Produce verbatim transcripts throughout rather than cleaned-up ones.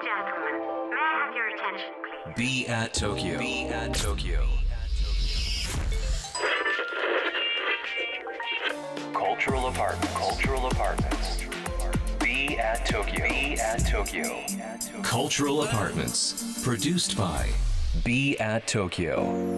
gentlemen, may I have your attention, please? Be at Tokyo. Be at Tokyo. Cultural apartments. Cultural apartments. Be at Tokyo. Be at Tokyo. Cultural apartments. Produced by Be at Tokyo.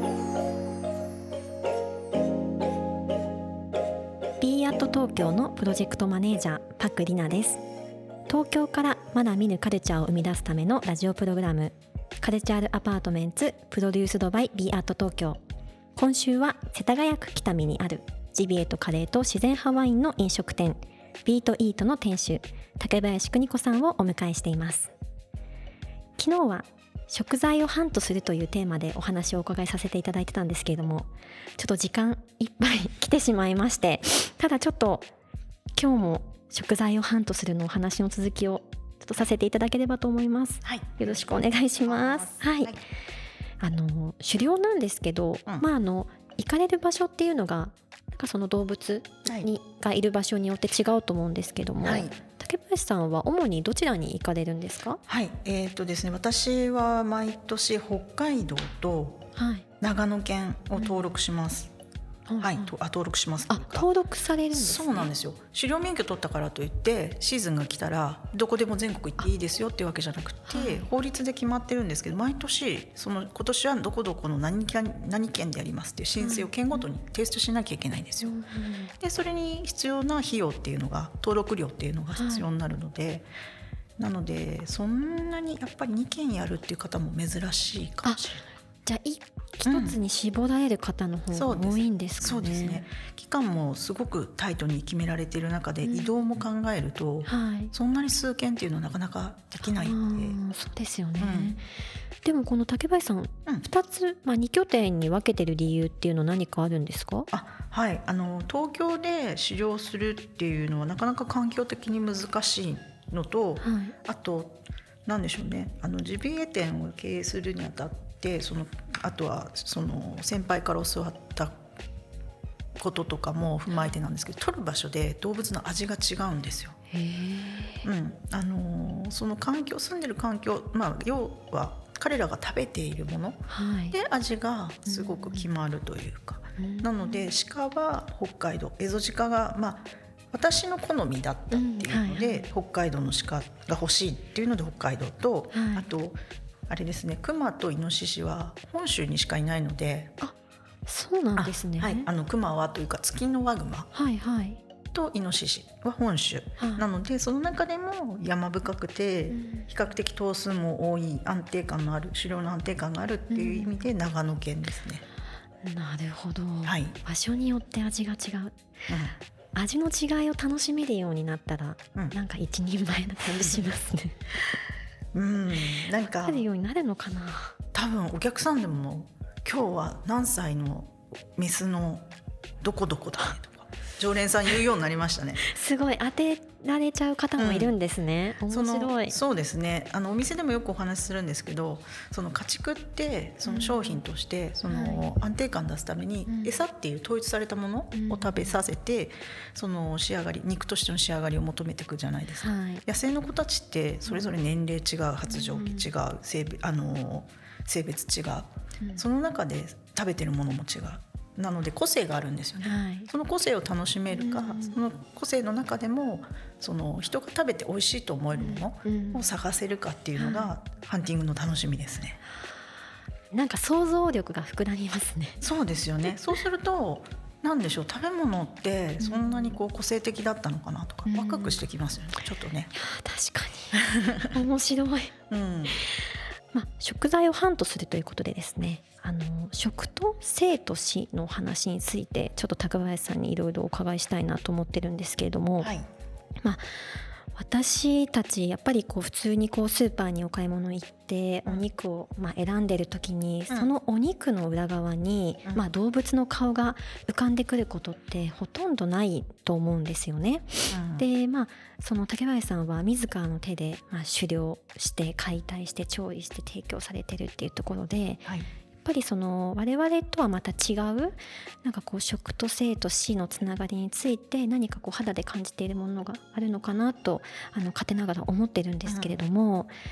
Be at Tokyo のプロジェクトマネージャーパクリナです。東京からまだ見ぬカルチャーを生み出すためのラジオプログラム、カルチャールアパートメンツプロデュースドバイ Be at Tokyo。今週は世田谷区北見にあるジビエとカレーと自然派ワインの飲食店ビートイートの店主竹林邦子さんをお迎えしています。昨日は食材をハントするというテーマでお話をお伺いさせていただいてたんですけれども、ちょっと時間いっぱい来てしまいまして、ただちょっと今日も食材をハントするのお話の続きをちょっとさせていただければと思います、はい、よろしくお願いします。はい、はい、あの狩猟なんですけど、うん、まああの行かれる場所っていうのがなんかその動物に、はい、がいる場所によって違うと思うんですけども、はい、竹林さんは主にどちらに行かれるんですか？ はい、えーとですね、私は毎年北海道と長野県を登録します、はいはい、とあ登録しますというか。 あ、登録されるんですね。 そうなんですよ。狩猟免許取ったからといってシーズンが来たらどこでも全国行っていいですよっていうわけじゃなくて、はい、法律で決まってるんですけど、毎年その今年はどこどこの何県、何県でやりますっていう申請を県ごとに提出しなきゃいけないんですよ、うん、でそれに必要な費用っていうのが登録料っていうのが必要になるので、はい、なのでそんなにやっぱりにけんやるっていう方も珍しいかもしれない。 じゃあ一つに絞られる方の方が多いんですかね。 そうですね。期間もすごくタイトに決められている中で、うん、移動も考えると、はい、そんなに数件っていうのはなかなかできないんで。 そうですよね、うん、でもこの竹林さん、うん、ふたつ、まあ、に拠点に分けてる理由っていうのは何かあるんですか？ あ、はい、あの東京で狩猟するっていうのはなかなか環境的に難しいのと、はい、あとなんでしょうね、あのジビエ店を経営するにあたってそのあとはその先輩から教わったこととかも踏まえてなんですけど、取る場所で動物の味が違うんですよ。へー、うん、あのその環境、住んでる環境、まあ、要は彼らが食べているもので味がすごく決まるというか、うん、なので鹿は北海道、エゾジカがまあ私の好みだったっていうので、うんはいはい、北海道の鹿が欲しいっていうので北海道と、はい、あとあれですね、クマとイノシシは本州にしかいないので。 あ、そうなんですね。 はい、あのクマはというかツキノワグマ、はいはい、とイノシシは本州、はい、なのでその中でも山深くて比較的頭数も多い安定感のある狩猟の安定感があるっていう意味で長野県ですね、 うん、なるほど、はい、場所によって味が違う、うん、味の違いを楽しめるようになったら、うん、なんか一人前な感じしますねうん、なんかあるようになるのかな。 多分お客さんでも今日は何歳のメスのどこどこだねとか常連さん言うようになりましたねすごい当てられちゃう方もいるんですね、うん、面白い。 そそうですね、あのお店でもよくお話しするんですけど、その家畜ってその商品としてその安定感出すために餌っていう統一されたものを食べさせて、その仕上がり、肉としての仕上がりを求めていくじゃないですか、はい、野生の子たちってそれぞれ年齢違う、発情期違う、性別、あの性別違う、その中で食べてるものも違う、なので個性があるんですよね、はい、その個性を楽しめるか、うん、その個性の中でもその人が食べて美味しいと思えるものを探せるかっていうのが、うん、ハンティングの楽しみですね。 なんか想像力が膨らみますね。 そうですよね。そうするとなんでしょう、食べ物ってそんなにこう個性的だったのかなとか、うん、ワクワクしてきますよね、ちょっとね。 いや確かに面白い、うんまあ、食材をハントするということでですね、あの食と生と死の話についてちょっと高林さんにいろいろお伺いしたいなと思ってるんですけれども、はいまあ、私たちやっぱりこう普通にこうスーパーにお買い物行ってお肉をまあ選んでる時に、そのお肉の裏側にまあ動物の顔が浮かんでくることってほとんどないと思うんですよね、うん、でまあその竹林さんは自らの手でまあ狩猟して解体して調理して提供されてるっていうところで、はい、やっぱりその我々とはまた違うなんかこう食と生と死のつながりについて何かこう肌で感じているものがあるのかなとあの勝手ながら思ってるんですけれども、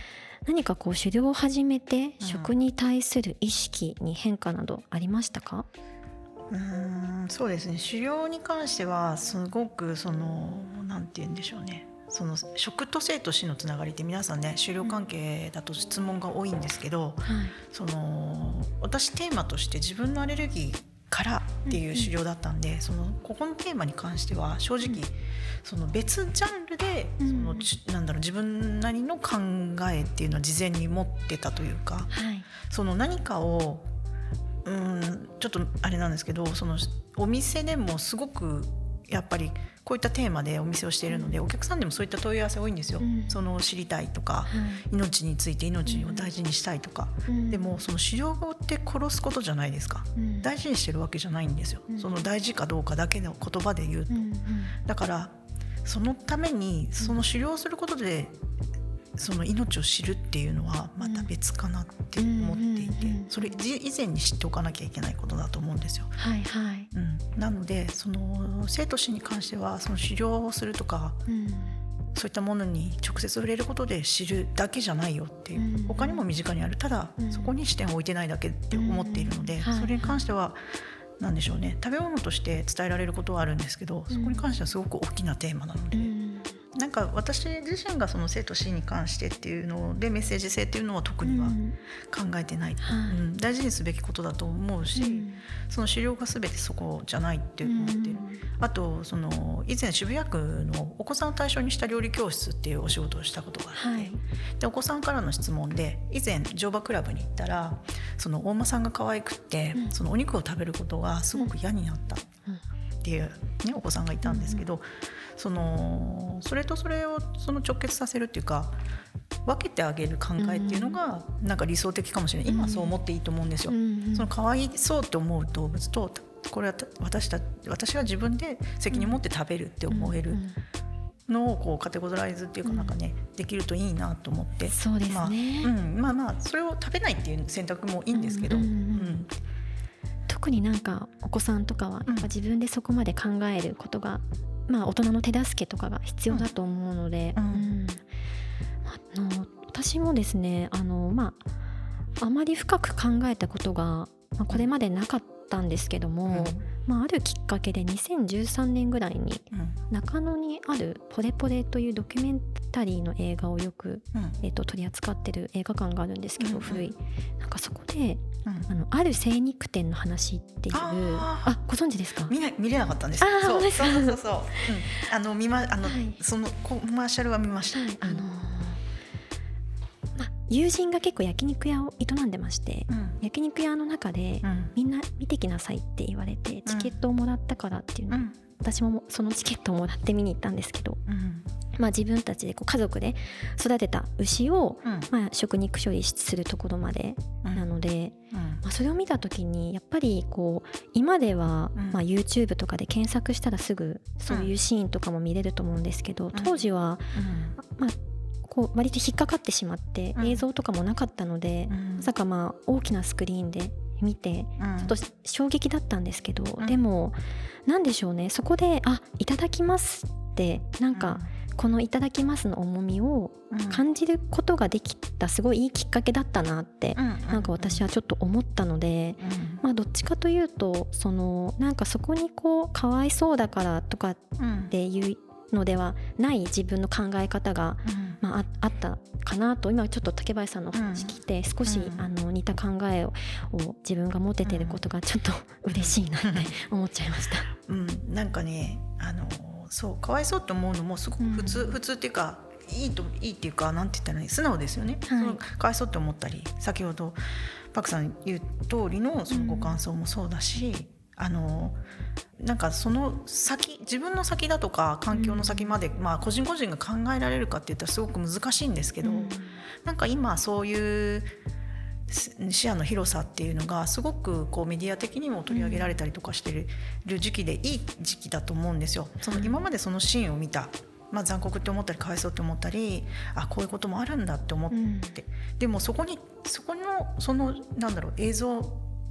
何かこう狩猟を始めて食に対する意識に変化などありましたか？ うーんそうですね、狩猟に関してはすごくそのなんて言うんでしょうね、その食と生と死のつながりって皆さんね狩猟関係だと質問が多いんですけど、 はい、 その私テーマとして自分のアレルギーからっていう狩猟だったんで、うんうん、そのここのテーマに関しては正直、うん、その別ジャンルでその、うん、なんだろう自分なりの考えっていうのは事前に持ってたというか、 はい、 その何かをうんちょっとあれなんですけど、そのお店でもすごくやっぱりこういったテーマでお店をしているので、お客さんでもそういった問い合わせ多いんですよ、うん、その知りたいとか、うん、命について命を大事にしたいとか、うん、でもその狩猟って殺すことじゃないですか、うん、大事にしてるわけじゃないんですよ、うん、その大事かどうかだけの言葉で言うと、うんうん、だからそのためにその狩猟をすることでその命を知るっていうのはまた別かなって思っていて、それ以前に知っておかなきゃいけないことだと思うんですよ、 はいはいうん、なのでその生と死に関してはその狩猟をするとか、うん、そういったものに直接触れることで知るだけじゃないよっていう、うん、他にも身近にある、ただ、うん、そこに視点を置いてないだけって思っているので、うん、それに関してはなんでしょうね、食べ物として伝えられることはあるんですけど、そこに関してはすごく大きなテーマなので、うんなんか私自身がその生と死に関してっていうのでメッセージ性っていうのは特には考えてない、うんうん、大事にすべきことだと思うし、うん、その狩猟が全てそこじゃないって思ってる、うん、あとその以前渋谷区のお子さんを対象にした料理教室っていうお仕事をしたことがあって、はい、でお子さんからの質問で以前乗馬クラブに行ったらその大間さんが可愛くって、うん、そのお肉を食べることがすごく嫌になったっていう、ね、お子さんがいたんですけど、うんそのそれとそれをその直結させるっていうか分けてあげる考えっていうのがなんか理想的かもしれない、うん、今そう思っていいと思うんですよ、うん、その可愛そうって思う動物とこれは私た私が自分で責任を持って食べるって思えるのをこうカテゴライズっていうかなんかね、うん、できるといいなと思って、 そうですね、 まあうんまあ、まあそれを食べないっていう選択もいいんですけど、うんうんうん特になんかお子さんとかはやっぱ自分でそこまで考えることが、まあ、大人の手助けとかが必要だと思うので、うんうん、あの私もですねあの、まあ、あまり深く考えたことが、まあ、これまでなかったんですけども、うんまあ、あるきっかけでにせんじゅうさんねんぐらいに中野にあるポレポレというドキュメンタリーの映画をよく、うんえー、と取り扱ってる映画館があるんですけど、うん、古いなんかそこで、うん、あのある精肉店の話っていうああご存知ですか？ 見な見れなかったんですあそうそうそうそうそう、うん、あの見まあの、はい、そのコマーシャルは見ました、 はいあのーま、友人が結構焼肉屋を営んでまして、うん、焼肉屋の中で、うん、みんな見てきなさいって言われてチケットをもらったからっていうの、うん、私もそのチケットをもらって見に行ったんですけど、うんまあ、自分たちでこう家族で育てた牛を、うんまあ、食肉処理するところまでなので、うんまあ、それを見た時にやっぱりこう今では、うんまあ、YouTube とかで検索したらすぐそういうシーンとかも見れると思うんですけど、うん、当時は、うんまあ、こう割と引っかかってしまって映像とかもなかったので、うん、まさかまあ大きなスクリーンで見てちょっと衝撃だったんですけど、うん、でもなんでしょうね、そこであいただきますってなんか、うんこのいただきますの重みを感じることができたすごいいいきっかけだったなってなんか私はちょっと思ったので、まあどっちかというとそのなんかそこにこうかわいそうだからとかっていうのではない自分の考え方がまああったかなと今ちょっと竹林さんの話聞いて少しあの似た考えを自分が持ててることがちょっと嬉しいなって思っちゃいました。 うん、なんかねあのそうかわいそうと思うのもすごく普通、うん、普通っていうかいいといいっていうかなんて言ったらいい素直ですよね、はい、そのかわいそうって思ったり先ほどパクさん言う通りのそのご感想もそうだし、うん、あのなんかその先自分の先だとか環境の先まで、うんまあ、個人個人が考えられるかって言ったらすごく難しいんですけど、うん、なんか今そういう視野の広さっていうのがすごくこうメディア的にも取り上げられたりとかしてる時期でいい時期だと思うんですよ。その今までそのシーンを見た、まあ、残酷って思ったりかわいそうって思ったりあこういうこともあるんだって思って、うん、でもそこにそこのそのなんだろう映像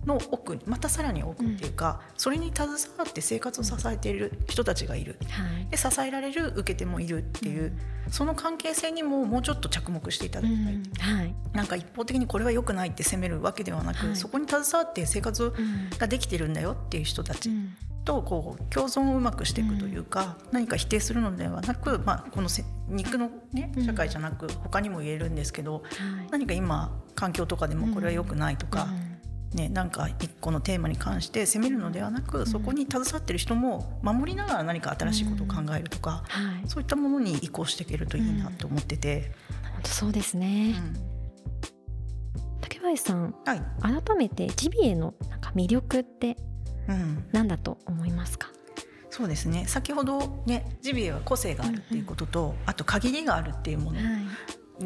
の奥にまたさらに奥っていうか、うん、それに携わって生活を支えている人たちがいる、はい、で支えられる受け手もいるっていう、うん、その関係性にももうちょっと着目していただきたい、うんはい、なんか一方的にこれは良くないって責めるわけではなく、はい、そこに携わって生活ができてるんだよっていう人たちとこう共存をうまくしていくというか、うん、何か否定するのではなく、まあ、この肉の、ね、社会じゃなく他にも言えるんですけど、うん、何か今環境とかでもこれは良くないとか、うんね、なんか一個のテーマに関して責めるのではなく、うん、そこに携わっている人も守りながら何か新しいことを考えるとか、うんはい、そういったものに移行していけるといいなと思ってて、 うん、本当そうですね、うん、竹林さん、はい、改めてジビエのなんか魅力って何だと思いますか？ うん、そうですね、先ほどねジビエは個性があるっていうことと、うんうん、あと限りがあるっていうもの、はいうん、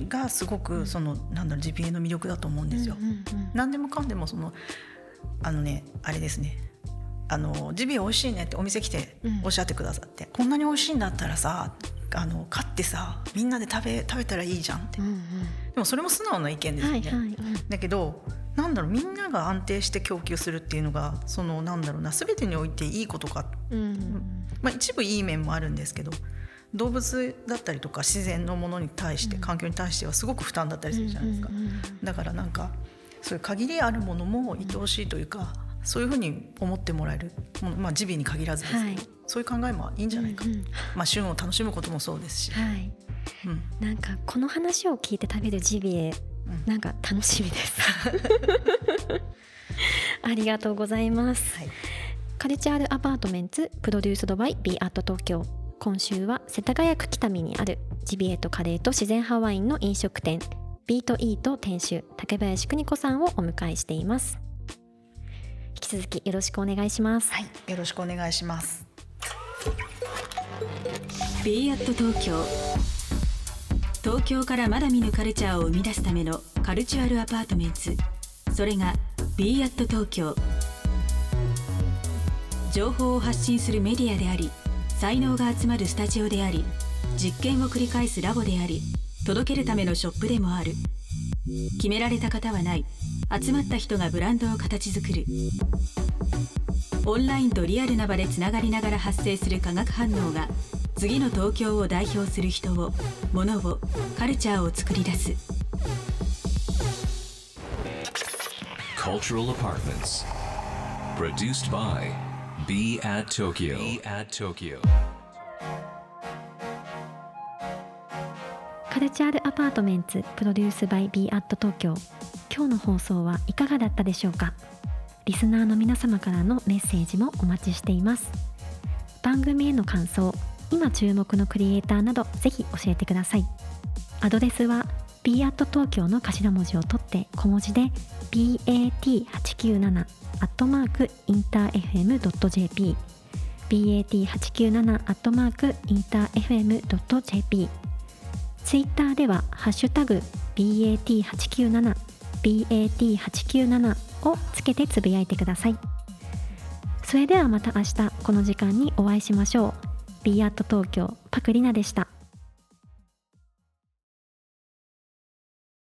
がすごくそのなんだろうジビエの魅力だと思うんですよ、うんうんうん、何でもかんでもそのあのねあれですねあのジビエ美味しいねってお店来ておっしゃってくださって、うん、こんなに美味しいんだったらさあの買ってさみんなで食べ、食べたらいいじゃんって、うんうん、でもそれも素直な意見ですよね、はいはいうん、だけどなんだろうみんなが安定して供給するっていうのがそのなんだろうな全てにおいていいことか、うんうんまあ、一部いい面もあるんですけど動物だったりとか自然のものに対して、うん、環境に対してはすごく負担だったりするじゃないですか、うんうんうん、だからなんかそういう限りあるものも愛おしいというか、うん、そういうふうに思ってもらえるもの、まあ、ジビエに限らずですけど、はい、そういう考えもいいんじゃないか、うんうんまあ、旬を楽しむこともそうですし、はいうん、なんかこの話を聞いて食べるジビエ、うん、なんか楽しみですありがとうございます、はい、カルチャールアパートメンツプロデュースドバイ Be At 東京、今週は世田谷区北見にあるジビエとカレーと自然派ワインの飲食店ビートイート店主竹林邦子さんをお迎えしています。引き続きよろしくお願いします。 はい、よろしくお願いします。 Be At 東京、東京からまだ見ぬカルチャーを生み出すためのカルチュアルアパートメンツ、それが Be At 東京。情報を発信するメディアであり才能が集まるスタジオであり実験を繰り返すラボであり届けるためのショップでもある。決められた型はない。集まった人がブランドを形作る。オンラインとリアルな場でつながりながら発生する化学反応が次の東京を代表する人を、物を、カルチャーを作り出す。 Cultural Apartments Produced by Be At Tokyo. Be At Tokyo. カルチャールアパートメンツプロデュースバイ Be At 東京。今日の放送はいかがだったでしょうか。リスナーの皆様からのメッセージもお待ちしています。番組への感想、今注目のクリエイターなどぜひ教えてください。アドレスは Be At 東京の頭文字を取って小文字で ビーエーティーはちきゅうなな アットマークインターエフエムドットジェーピー ビーエーティーはちきゅうなな アットマークインターエフエムドットジェーピー。 ツイッターではハッシュタグ ビーエーティーはちきゅうなな ビーエーティーはちきゅうなな をつけてつぶやいてください。それではまた明日この時間にお会いしましょう。 Be At 東京、パクリナでした。